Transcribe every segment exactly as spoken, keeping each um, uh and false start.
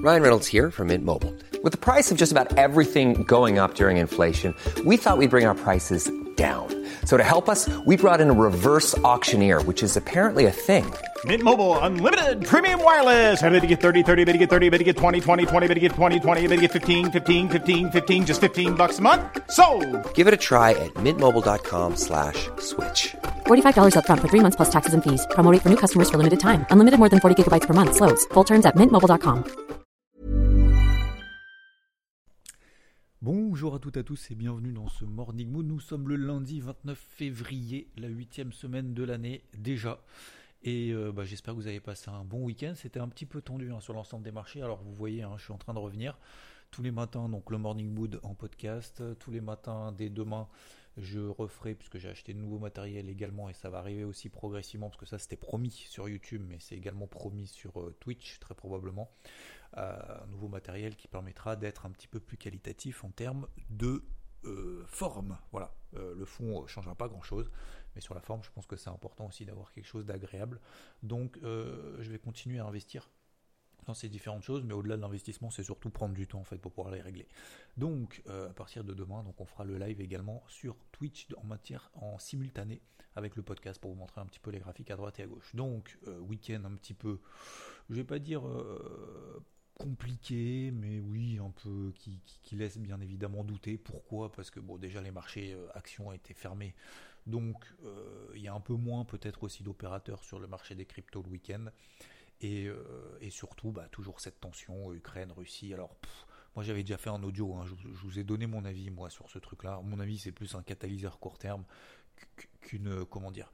Ryan Reynolds here from Mint Mobile. With the price of just about everything going up during inflation, we thought we'd bring our prices down. So to help us, we brought in a reverse auctioneer, which is apparently a thing. Mint Mobile Unlimited Premium Wireless. How to get thirty, thirty, how to get thirty, how to get twenty, twenty, twenty, how to get twenty, twenty, how to get fifteen, fifteen, fifteen, fifteen, just fifteen bucks a month? Sold! Give it a try at mintmobile.com slash switch. forty-five dollars up front for three months plus taxes and fees. Promo rate for new customers for limited time. Unlimited more than forty gigabytes per month. Slows full terms at mint mobile dot com. Bonjour à toutes et à tous et bienvenue dans ce Morning Mood. Nous sommes le lundi vingt-neuf février, la huitième semaine de l'année déjà. Et euh, bah, j'espère que vous avez passé un bon week-end. C'était un petit peu tendu hein, sur l'ensemble des marchés. Alors vous voyez, hein, je suis en train de revenir tous les matins. Donc le Morning Mood en podcast. Tous les matins, dès demain, je referai, puisque j'ai acheté de nouveau matériel également. Et ça va arriver aussi progressivement, parce que ça c'était promis sur YouTube, mais c'est également promis sur euh, Twitch, très probablement. Euh, un nouveau matériel qui permettra d'être un petit peu plus qualitatif en termes de euh, forme. Voilà, euh, le fond ne changera pas grand chose, mais sur la forme, je pense que c'est important aussi d'avoir quelque chose d'agréable. Donc, euh, je vais continuer à investir dans ces différentes choses, mais au-delà de l'investissement, c'est surtout prendre du temps en fait pour pouvoir les régler. Donc, euh, à partir de demain, donc on fera le live également sur Twitch en matière en simultané avec le podcast pour vous montrer un petit peu les graphiques à droite et à gauche. Donc, euh, week-end un petit peu, je vais pas dire euh, compliqué, mais oui, un peu qui, qui, qui laisse bien évidemment douter. Pourquoi ? Parce que bon, déjà les marchés euh, actions étaient fermés, donc euh, il y a un peu moins peut-être aussi d'opérateurs sur le marché des cryptos le week-end, et, euh, et surtout bah, toujours cette tension Ukraine-Russie. Alors pff, moi j'avais déjà fait un audio, hein, je, je vous ai donné mon avis moi sur ce truc-là. Mon avis c'est plus un catalyseur court terme qu'une comment dire.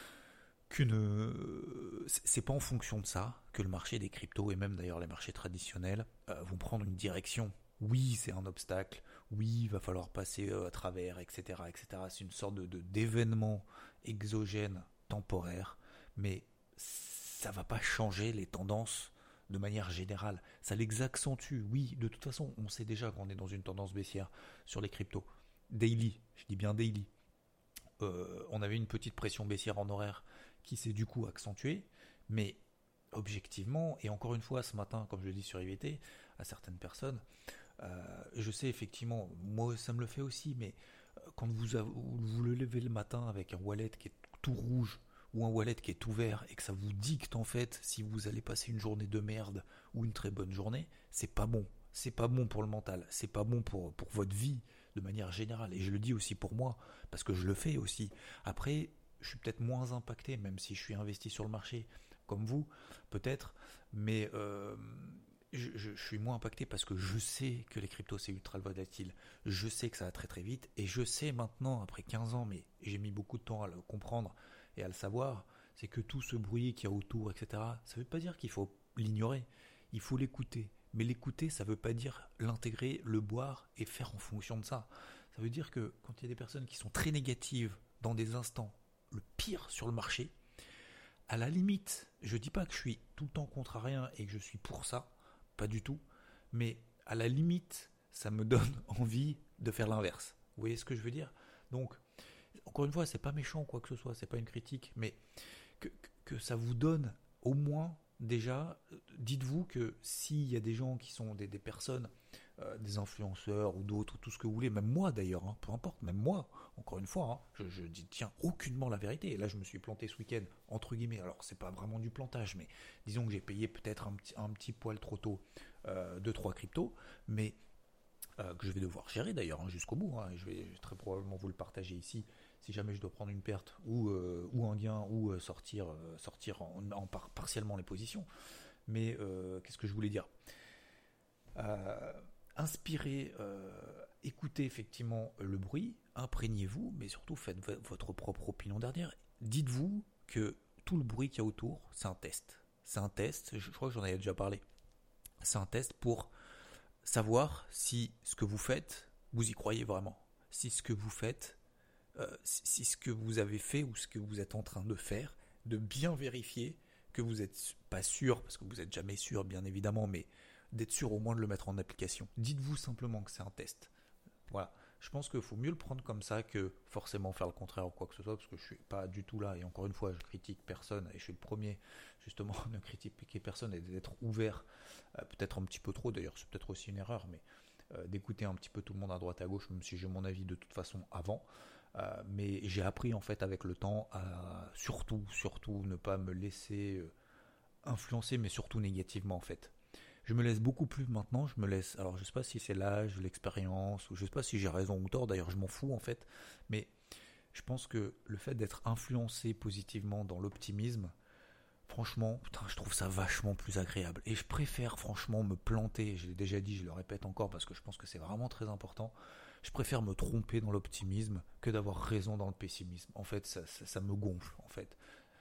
qu'une c'est pas en fonction de ça que le marché des cryptos et même d'ailleurs les marchés traditionnels euh, vont prendre une direction. Oui, c'est un obstacle, oui, il va falloir passer euh, à travers, etc., etc. C'est une sorte de, de d'événement exogène temporaire, mais ça va pas changer les tendances de manière générale. Ça les accentue. Oui, de toute façon, on sait déjà qu'on est dans une tendance baissière sur les cryptos. Daily, je dis bien daily. Euh, on avait une petite pression baissière en horaire qui s'est du coup accentuée, mais objectivement, et encore une fois ce matin, comme je le dis sur I V T, à certaines personnes, euh, je sais effectivement, moi ça me le fait aussi, mais quand vous, avez, vous le levez le matin avec un wallet qui est tout rouge, ou un wallet qui est tout vert, et que ça vous dicte en fait si vous allez passer une journée de merde ou une très bonne journée, c'est pas bon. C'est pas bon pour le mental, c'est pas bon pour, pour votre vie de manière générale, et je le dis aussi pour moi, parce que je le fais aussi. Après, je suis peut-être moins impacté, même si je suis investi sur le marché, comme vous, peut-être, mais euh, je, je, je suis moins impacté parce que je sais que les cryptos, c'est ultra volatile, je sais que ça va très très vite, et je sais maintenant, après quinze ans, mais j'ai mis beaucoup de temps à le comprendre et à le savoir, c'est que tout ce bruit qu'il y a autour, et cetera, ça ne veut pas dire qu'il faut l'ignorer, il faut l'écouter. Mais l'écouter, ça ne veut pas dire l'intégrer, le boire et faire en fonction de ça. Ça veut dire que quand il y a des personnes qui sont très négatives dans des instants, le pire sur le marché, à la limite, je ne dis pas que je suis tout le temps contre rien et que je suis pour ça, pas du tout, mais à la limite, ça me donne envie de faire l'inverse. Vous voyez ce que je veux dire ? Donc, encore une fois, c'est pas méchant ou quoi que ce soit, c'est pas une critique, mais que, que ça vous donne au moins... Déjà, dites-vous que s'il y a des gens qui sont des, des personnes, euh, des influenceurs ou d'autres, ou tout ce que vous voulez, même moi d'ailleurs, hein, peu importe, même moi, encore une fois, hein, je, je dis tiens aucunement la vérité. Et là, je me suis planté ce week-end, entre guillemets. Alors, c'est pas vraiment du plantage, mais disons que j'ai payé peut-être un petit, un petit poil trop tôt euh, deux trois cryptos, mais euh, que je vais devoir gérer d'ailleurs hein, jusqu'au bout. Hein, et je vais très probablement vous le partager ici. Si jamais je dois prendre une perte ou, euh, ou un gain ou euh, sortir, euh, sortir en, en par, partiellement les positions. Mais euh, qu'est-ce que je voulais dire ? euh, Inspirez, euh, écoutez effectivement le bruit, imprégnez-vous, mais surtout faites v- votre propre opinion derrière. Dites-vous que tout le bruit qu'il y a autour, c'est un test. C'est un test, je, je crois que j'en avais déjà parlé. C'est un test pour savoir si ce que vous faites, vous y croyez vraiment. Si ce que vous faites... Euh, si ce que vous avez fait ou ce que vous êtes en train de faire, de bien vérifier que vous n'êtes pas sûr, parce que vous n'êtes jamais sûr bien évidemment, mais d'être sûr au moins de le mettre en application. Dites-vous simplement que c'est un test. Voilà. Je pense qu'il faut mieux le prendre comme ça que forcément faire le contraire ou quoi que ce soit, parce que je suis pas du tout là. Et encore une fois, je critique personne et je suis le premier justement à ne critiquer personne et d'être ouvert, euh, peut-être un petit peu trop. D'ailleurs, c'est peut-être aussi une erreur, mais euh, d'écouter un petit peu tout le monde à droite à gauche, même si j'ai mon avis de toute façon avant. Euh, mais j'ai appris en fait avec le temps à surtout, surtout ne pas me laisser euh, influencer, mais surtout négativement en fait. Je me laisse beaucoup plus maintenant, je me laisse, alors je sais pas si c'est l'âge, l'expérience, ou je sais pas si j'ai raison ou tort, d'ailleurs je m'en fous en fait, mais je pense que le fait d'être influencé positivement dans l'optimisme, franchement, putain, je trouve ça vachement plus agréable. Et je préfère franchement me planter, je l'ai déjà dit, je le répète encore parce que je pense que c'est vraiment très important, je préfère me tromper dans l'optimisme que d'avoir raison dans le pessimisme. En fait, ça, ça, ça me gonfle en fait.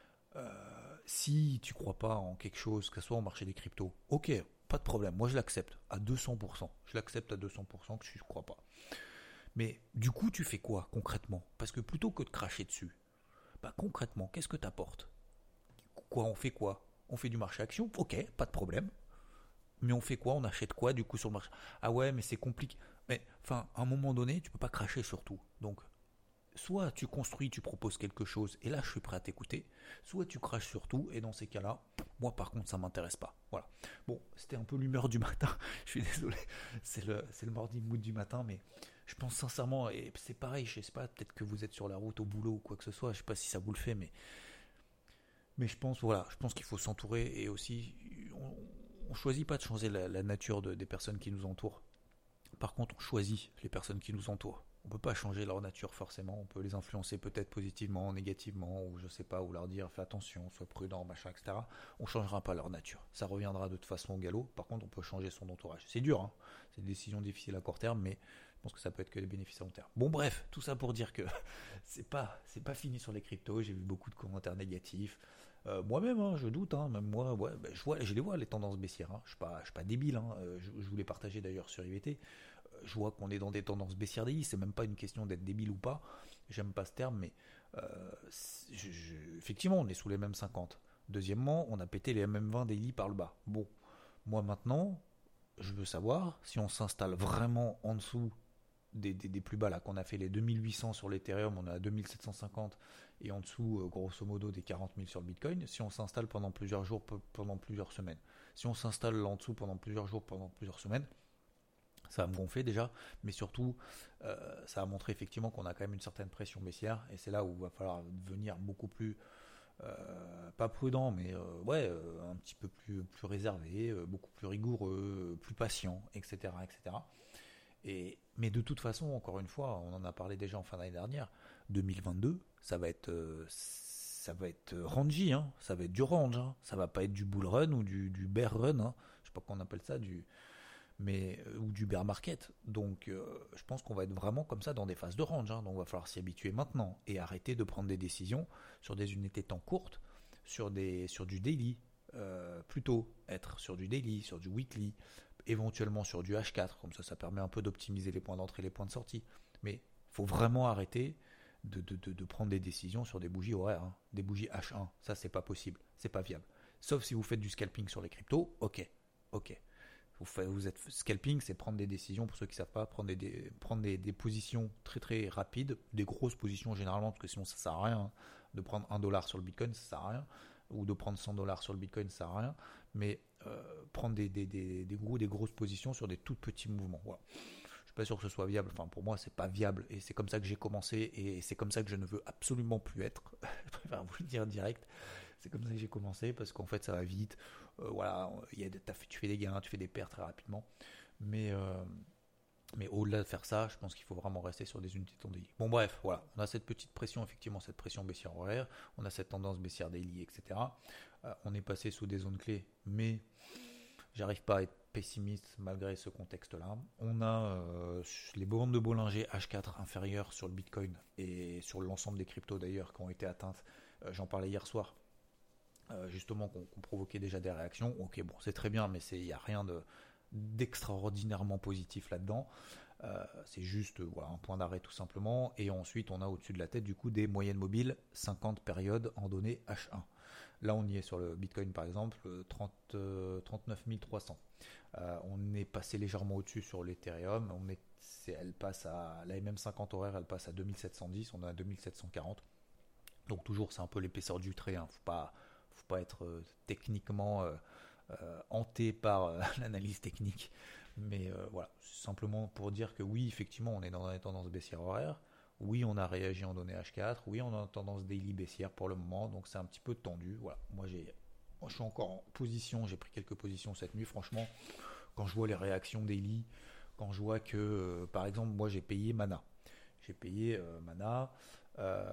Euh, si tu crois pas en quelque chose, que ce soit au marché des cryptos, ok, pas de problème, moi je l'accepte à deux cents pour cent. Je l'accepte à deux cents pour cent que je ne crois pas. Mais du coup, tu fais quoi concrètement? Parce que plutôt que de cracher dessus, bah concrètement, qu'est-ce que tu apportes? Quoi, on fait quoi? On fait du marché action? Ok, pas de problème. Mais on fait quoi? On achète quoi du coup sur le marché? Ah ouais, mais c'est compliqué. Mais enfin, à un moment donné, tu peux pas cracher sur tout. Donc, soit tu construis, tu proposes quelque chose, et là je suis prêt à t'écouter, soit tu craches sur tout, et dans ces cas-là, moi par contre ça m'intéresse pas. Voilà. Bon, c'était un peu l'humeur du matin, je suis désolé, c'est le, c'est le morning mood du matin, mais je pense sincèrement, et c'est pareil, je sais pas, peut-être que vous êtes sur la route au boulot ou quoi que ce soit, je sais pas si ça vous le fait, mais, mais je pense, voilà, je pense qu'il faut s'entourer, et aussi, on, on choisit pas de changer la, la nature de, des personnes qui nous entourent. Par contre, on choisit les personnes qui nous entourent. On ne peut pas changer leur nature forcément, on peut les influencer peut-être positivement, négativement, ou je sais pas, ou leur dire fais attention, sois prudent, machin, et cetera. On ne changera pas leur nature. Ça reviendra de toute façon au galop. Par contre, on peut changer son entourage. C'est dur, hein, c'est des décisions difficiles à court terme, mais je pense que ça peut être que des bénéfices à long terme. Bon bref, tout ça pour dire que c'est pas, c'est pas fini sur les cryptos, j'ai vu beaucoup de commentaires négatifs. Euh, moi-même, hein, je doute, hein, même moi, ouais, ben, je, vois, je les vois les tendances baissières, hein. Je ne suis, suis pas débile, hein. euh, je, je vous l'ai partagé d'ailleurs sur I V T. Je vois qu'on est dans des tendances baissières daily, c'est même pas une question d'être débile ou pas, j'aime pas ce terme, mais euh, je, je, effectivement on est sous les mêmes cinquante. Deuxièmement, on a pété les M M vingt daily par le bas. Bon, moi maintenant, je veux savoir si on s'installe vraiment en dessous des, des, des plus bas là, qu'on a fait les deux mille huit cents sur l'Ethereum, on est à deux mille sept cent cinquante, et en dessous, euh, grosso modo, des quarante mille sur le Bitcoin, si on s'installe pendant plusieurs jours, pendant plusieurs semaines. Si on s'installe là en dessous pendant plusieurs jours, pendant plusieurs semaines, ça va me gonfler déjà, mais surtout, euh, ça va montrer effectivement qu'on a quand même une certaine pression baissière, et c'est là où il va falloir devenir beaucoup plus, euh, pas prudent, mais euh, ouais, euh, un petit peu plus, plus réservé, euh, beaucoup plus rigoureux, euh, plus patient, et cetera, et cetera. Et, mais de toute façon, encore une fois, on en a parlé déjà en fin d'année dernière, deux mille vingt-deux, ça va être, euh, ça va être rangy, hein, ça va être du range, hein, ça va pas être du bull run ou du, du bear run, hein, je sais pas comment on appelle ça, du mais euh, ou du bear market. Donc euh, je pense qu'on va être vraiment comme ça dans des phases de range, hein. Donc il va falloir s'y habituer maintenant et arrêter de prendre des décisions sur des unités de temps courtes, sur, des, sur du daily, euh, plutôt être sur du daily, sur du weekly, éventuellement sur du H quatre, comme ça ça permet un peu d'optimiser les points d'entrée et les points de sortie. Mais il faut vraiment arrêter de, de, de, de prendre des décisions sur des bougies horaires, hein. Des bougies H un, ça c'est pas possible, c'est pas viable. Sauf si vous faites du scalping sur les cryptos, ok, ok. Vous, faites, vous êtes scalping, c'est prendre des décisions, pour ceux qui ne savent pas, prendre, des, prendre des, des positions très très rapides, des grosses positions généralement, parce que sinon ça ne sert à rien, hein. De prendre un dollar sur le Bitcoin, ça ne sert à rien, ou de prendre cent dollars sur le Bitcoin, ça ne sert à rien, mais euh, prendre des, des, des, des, gros, des grosses positions sur des tout petits mouvements. Voilà. Je ne suis pas sûr que ce soit viable, enfin pour moi c'est pas viable, et c'est comme ça que j'ai commencé, et c'est comme ça que je ne veux absolument plus être, je préfère vous le dire direct. C'est comme ça que j'ai commencé, parce qu'en fait ça va vite, euh, voilà, y a, tu fais des gains, tu fais des pertes très rapidement, mais, euh, mais au-delà de faire ça, je pense qu'il faut vraiment rester sur des unités de temps daily. Bon bref, voilà, on a cette petite pression, effectivement cette pression baissière horaire, on a cette tendance baissière daily, et cetera. Euh, on est passé sous des zones clés, mais j'arrive pas à être pessimiste malgré ce contexte-là. On a euh, les bandes de Bollinger H quatre inférieures sur le Bitcoin et sur l'ensemble des cryptos d'ailleurs qui ont été atteintes, euh, j'en parlais hier soir. Euh, justement qu'on qu provoquait déjà des réactions. Ok, bon, c'est très bien, mais il n'y a rien de, d'extraordinairement positif là-dedans. Euh, c'est juste euh, voilà, un point d'arrêt tout simplement. Et ensuite, on a au-dessus de la tête du coup des moyennes mobiles, cinquante périodes en données H un. Là, on y est sur le Bitcoin par exemple, trente, euh, trente-neuf mille trois cents. Euh, on est passé légèrement au-dessus sur l'Ethereum. On est c'est, elle passe à la M M cinquante horaire, elle passe à deux mille sept cent dix, on est à deux mille sept cent quarante. Donc toujours, c'est un peu l'épaisseur du trait. Hein. Faut pas, faut pas être euh, techniquement euh, euh, hanté par euh, l'analyse technique. Mais euh, voilà, c'est simplement pour dire que oui, effectivement, on est dans une tendance baissière horaire. Oui, on a réagi en données H quatre. Oui, on a une tendance daily baissière pour le moment. Donc c'est un petit peu tendu. Voilà, moi j'ai, moi, je suis encore en position. J'ai pris quelques positions cette nuit. Franchement, quand je vois les réactions daily, quand je vois que, euh, par exemple, moi j'ai payé Mana. J'ai payé euh, Mana. Euh,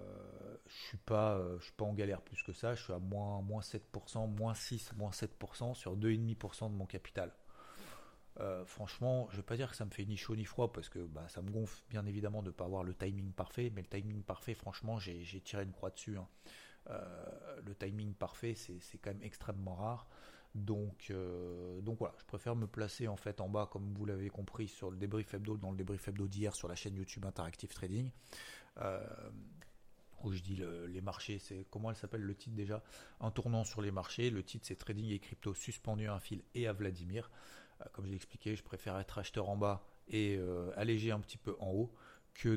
je suis pas, euh, je suis pas en galère plus que ça. Je suis à moins, moins sept pour cent, moins six, moins sept pour cent sur deux virgule cinq pour cent de mon capital. Euh, franchement, je ne vais pas dire que ça me fait ni chaud ni froid parce que bah, ça me gonfle bien évidemment de ne pas avoir le timing parfait. Mais le timing parfait, franchement, j'ai, j'ai tiré une croix dessus. Hein. Euh, le timing parfait, c'est, c'est quand même extrêmement rare. Donc, euh, donc voilà, je préfère me placer en fait en bas, comme vous l'avez compris, sur le débrief hebdo, dans le débrief hebdo d'hier sur la chaîne YouTube Interactive Trading. Euh, où je dis le, les marchés, c'est comment elle s'appelle le titre déjà, un tournant sur les marchés. Le titre c'est Trading et crypto suspendu à un fil et à Vladimir. Euh, comme je l'ai expliqué, je préfère être acheteur en bas et euh, alléger un petit peu en haut que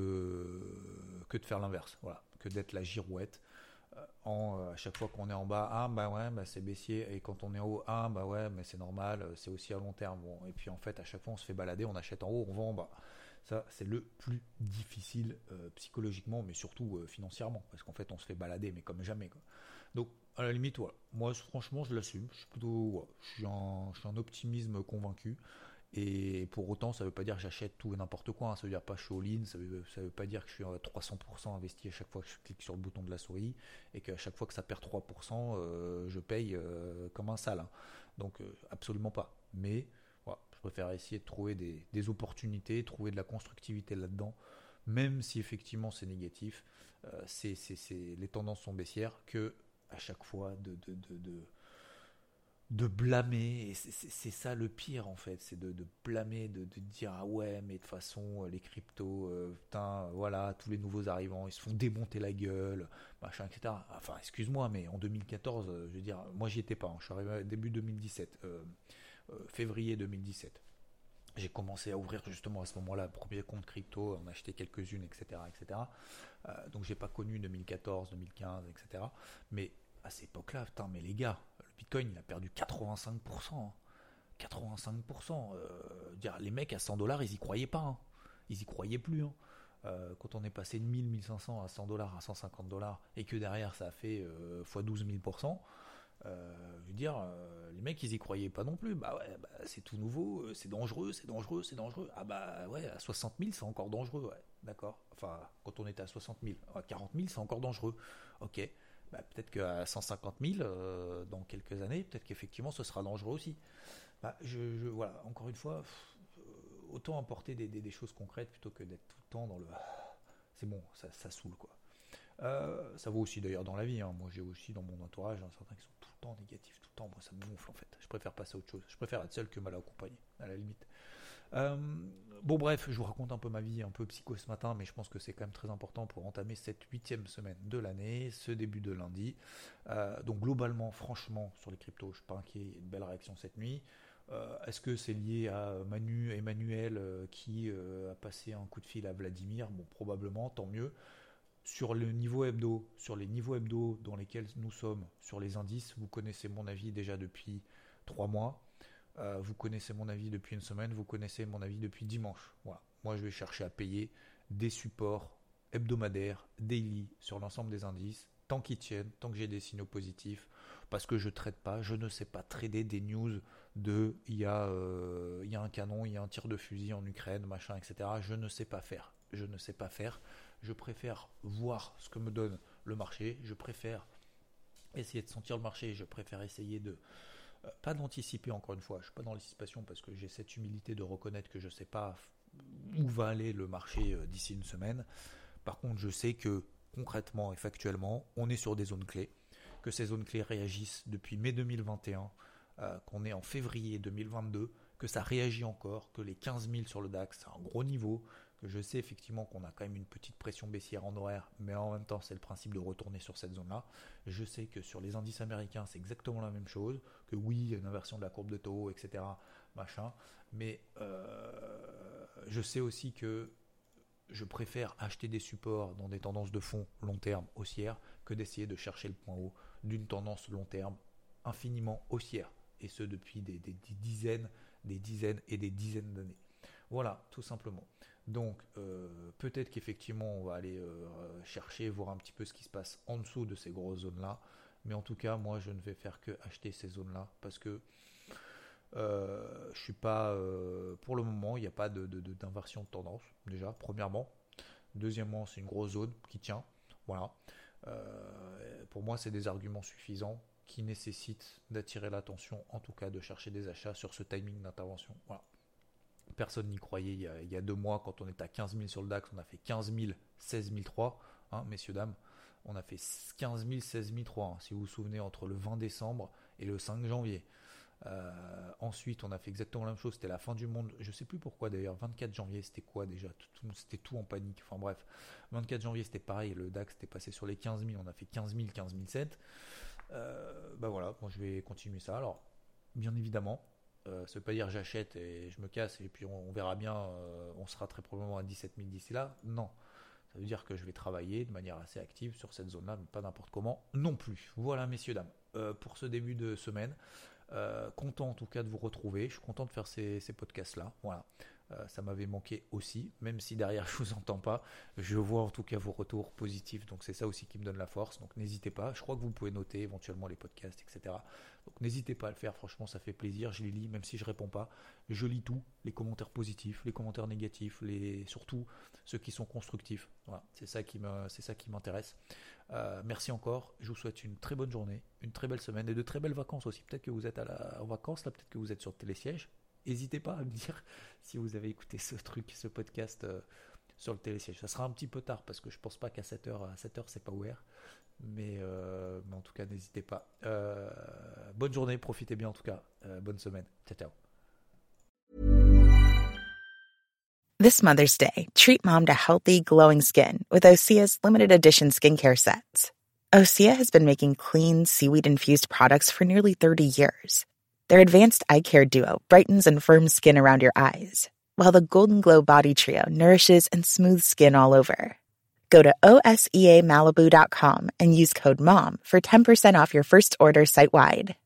de que de faire l'inverse. Voilà, que d'être la girouette. Euh, en, euh, à chaque fois qu'on est en bas, ah bah ouais, bah c'est baissier, et quand on est en haut, ah bah ouais, mais c'est normal, c'est aussi à long terme. Bon, et puis en fait, à chaque fois, on se fait balader, on achète en haut, on vend en bas. Ça, c'est le plus difficile euh, psychologiquement, mais surtout euh, financièrement, parce qu'en fait, on se fait balader, mais comme jamais, quoi. Donc, à la limite, voilà. Moi, franchement, je l'assume. Je suis plutôt, ouais, je suis en, je suis en optimisme convaincu. Et pour autant, ça ne veut pas dire que j'achète tout et n'importe quoi. Hein. Ça veut dire pas que je suis all-in. Ça ne veut, ça veut pas dire que je suis à trois cents pour cent investi à chaque fois que je clique sur le bouton de la souris. Et qu'à chaque fois que ça perd trois pour cent, euh, je paye euh, comme un sale. Hein. Donc, euh, absolument pas. Mais voilà, je préfère essayer de trouver des, des opportunités, trouver de la constructivité là-dedans. Même si effectivement c'est négatif, euh, c'est, c'est, c'est, les tendances sont baissières, que à chaque fois de... de, de, de de blâmer, et c'est, c'est, c'est ça le pire en fait, c'est de, de blâmer, de, de dire ah ouais mais de toute façon les cryptos, euh, putain voilà, tous les nouveaux arrivants ils se font démonter la gueule, machin, et cetera. Enfin excuse-moi, mais en deux mille quatorze, euh, je veux dire, moi j'y étais pas, hein, je suis arrivé début deux mille dix-sept, euh, euh, février deux mille dix-sept. J'ai commencé à ouvrir justement à ce moment-là le premier compte crypto, en acheter quelques-unes, et cetera, et cetera. Euh, donc j'ai pas connu deux mille quatorze, deux mille quinze, et cetera. Mais à cette époque-là, putain, mais les gars, le Bitcoin il a perdu quatre-vingt-cinq pour cent. quatre-vingt-cinq pour cent. Euh, dire, les mecs à cent dollars, ils y croyaient pas. Hein. Ils y croyaient plus. Hein. Euh, quand on est passé de mille, mille cinq cents à cent dollars, à cent cinquante dollars, et que derrière ça a fait euh, fois douze mille pour cent, euh, je veux dire, euh, les mecs ils y croyaient pas non plus. Bah ouais, bah, c'est tout nouveau, c'est dangereux, c'est dangereux, c'est dangereux. Ah bah ouais, à soixante mille c'est encore dangereux, ouais, d'accord. Enfin, quand on était à soixante mille, à quarante mille c'est encore dangereux. Ok. Bah, peut-être qu'à cent cinquante mille, euh, dans quelques années, peut-être qu'effectivement ce sera dangereux aussi. Bah, je, je, voilà, encore une fois, pff, autant apporter des, des, des choses concrètes plutôt que d'être tout le temps dans le... C'est bon, ça, ça saoule quoi. Euh, ça vaut aussi d'ailleurs dans la vie. Hein. Moi j'ai aussi dans mon entourage hein, certains qui sont tout le temps négatifs, tout le temps. Moi ça me gonfle en fait. Je préfère passer à autre chose. Je préfère être seul que mal accompagné, à la limite. Euh, bon bref, je vous raconte un peu ma vie un peu psycho ce matin, mais je pense que c'est quand même très important pour entamer cette huitième semaine de l'année, ce début de lundi. Euh, donc globalement, franchement, sur les cryptos, je ne suis pas inquiet, il y a une belle réaction cette nuit. Euh, est-ce que c'est lié à Manu, Emmanuel euh, qui euh, a passé un coup de fil à Vladimir? Bon, probablement, tant mieux. Sur le niveau hebdo, sur les niveaux hebdo dans lesquels nous sommes, sur les indices, vous connaissez mon avis déjà depuis trois mois. Euh, vous connaissez mon avis depuis une semaine, vous connaissez mon avis depuis dimanche. Voilà. Moi, je vais chercher à payer des supports hebdomadaires, daily, sur l'ensemble des indices, tant qu'ils tiennent, tant que j'ai des signaux positifs, parce que je ne traite pas, je ne sais pas trader des news de il y, euh, y a un canon, il y a un tir de fusil en Ukraine, machin, et cetera. Je ne sais pas faire. Je ne sais pas faire. Je préfère voir ce que me donne le marché. Je préfère essayer de sentir le marché. Je préfère essayer de... Euh, pas d'anticiper encore une fois. Je ne suis pas dans l'anticipation parce que j'ai cette humilité de reconnaître que je ne sais pas où va aller le marché euh, d'ici une semaine. Par contre, je sais que concrètement et factuellement, on est sur des zones clés. Que ces zones clés réagissent depuis mai deux mille vingt et un, euh, qu'on est en février deux mille vingt-deux, que ça réagit encore, que les quinze mille sur le DAX, c'est un gros niveau, que je sais effectivement qu'on a quand même une petite pression baissière en horaire, mais en même temps c'est le principe de retourner sur cette zone-là. Je sais que sur les indices américains c'est exactement la même chose, que oui, il y a une inversion de la courbe de taux, et cetera. machin. Mais euh, je sais aussi que je préfère acheter des supports dans des tendances de fond long terme haussières que d'essayer de chercher le point haut d'une tendance long terme infiniment haussière. Et ce depuis des, des, des dizaines, des dizaines et des dizaines d'années. Voilà, tout simplement. Donc, euh, peut-être qu'effectivement, on va aller euh, chercher, voir un petit peu ce qui se passe en dessous de ces grosses zones-là. Mais en tout cas, moi, je ne vais faire que acheter ces zones-là parce que euh, je suis pas, euh, pour le moment, il n'y a pas de, de, de, d'inversion de tendance, déjà, premièrement. Deuxièmement, c'est une grosse zone qui tient. Voilà. Euh, pour moi, c'est des arguments suffisants qui nécessitent d'attirer l'attention, en tout cas de chercher des achats sur ce timing d'intervention. Voilà. Personne n'y croyait il y, a, il y a deux mois, quand on était à quinze mille sur le DAX, on a fait quinze mille, seize mille trois, hein, messieurs, dames. On a fait quinze mille, seize mille trois, hein, si vous vous souvenez, entre le vingt décembre et le cinq janvier. Euh, ensuite, on a fait exactement la même chose, c'était la fin du monde. Je ne sais plus pourquoi d'ailleurs, vingt-quatre janvier, c'était quoi déjà tout, tout, c'était tout en panique. Enfin bref, vingt-quatre janvier, c'était pareil, le DAX était passé sur les quinze mille, on a fait quinze mille, quinze mille sept. Euh, bah voilà, moi je vais continuer ça. Alors, bien évidemment, euh, ça veut pas dire j'achète et je me casse et puis on, on verra bien, euh, on sera très probablement à dix-sept mille d'ici là. Non, ça veut dire que je vais travailler de manière assez active sur cette zone-là, mais pas n'importe comment non plus. Voilà, messieurs, dames, euh, pour ce début de semaine. Euh, content en tout cas de vous retrouver. Je suis content de faire ces, ces podcasts-là. Voilà. Euh, ça m'avait manqué aussi, même si derrière je vous entends pas, je vois en tout cas vos retours positifs, donc c'est ça aussi qui me donne la force, donc n'hésitez pas, je crois que vous pouvez noter éventuellement les podcasts, et cetera. Donc n'hésitez pas à le faire, franchement ça fait plaisir, je les lis, même si je réponds pas, je lis tout, les commentaires positifs, les commentaires négatifs, les... surtout ceux qui sont constructifs, voilà, c'est ça qui me... c'est ça qui m'intéresse. Euh, merci encore, je vous souhaite une très bonne journée, une très belle semaine et de très belles vacances aussi, peut-être que vous êtes à la... en vacances là, peut-être que vous êtes sur le télésiège. N'hésitez pas à me dire si vous avez écouté ce truc, ce podcast euh, sur le télésiège. Ça sera un petit peu tard parce que je pense pas qu'à sept heures, à sept heures c'est pas ouvert. Mais, euh, mais en tout cas, n'hésitez pas. Euh, bonne journée, profitez bien en tout cas. Euh, bonne semaine. Ciao, ciao. This Mother's Day, treat mom to healthy, glowing skin with Osea's limited edition skincare sets. Osea has been making clean, seaweed-infused products for nearly thirty years. Their advanced eye care duo brightens and firms skin around your eyes, while the Golden Glow Body Trio nourishes and smooths skin all over. Go to O S E A Malibu dot com and use code MOM for ten percent off your first order site-wide.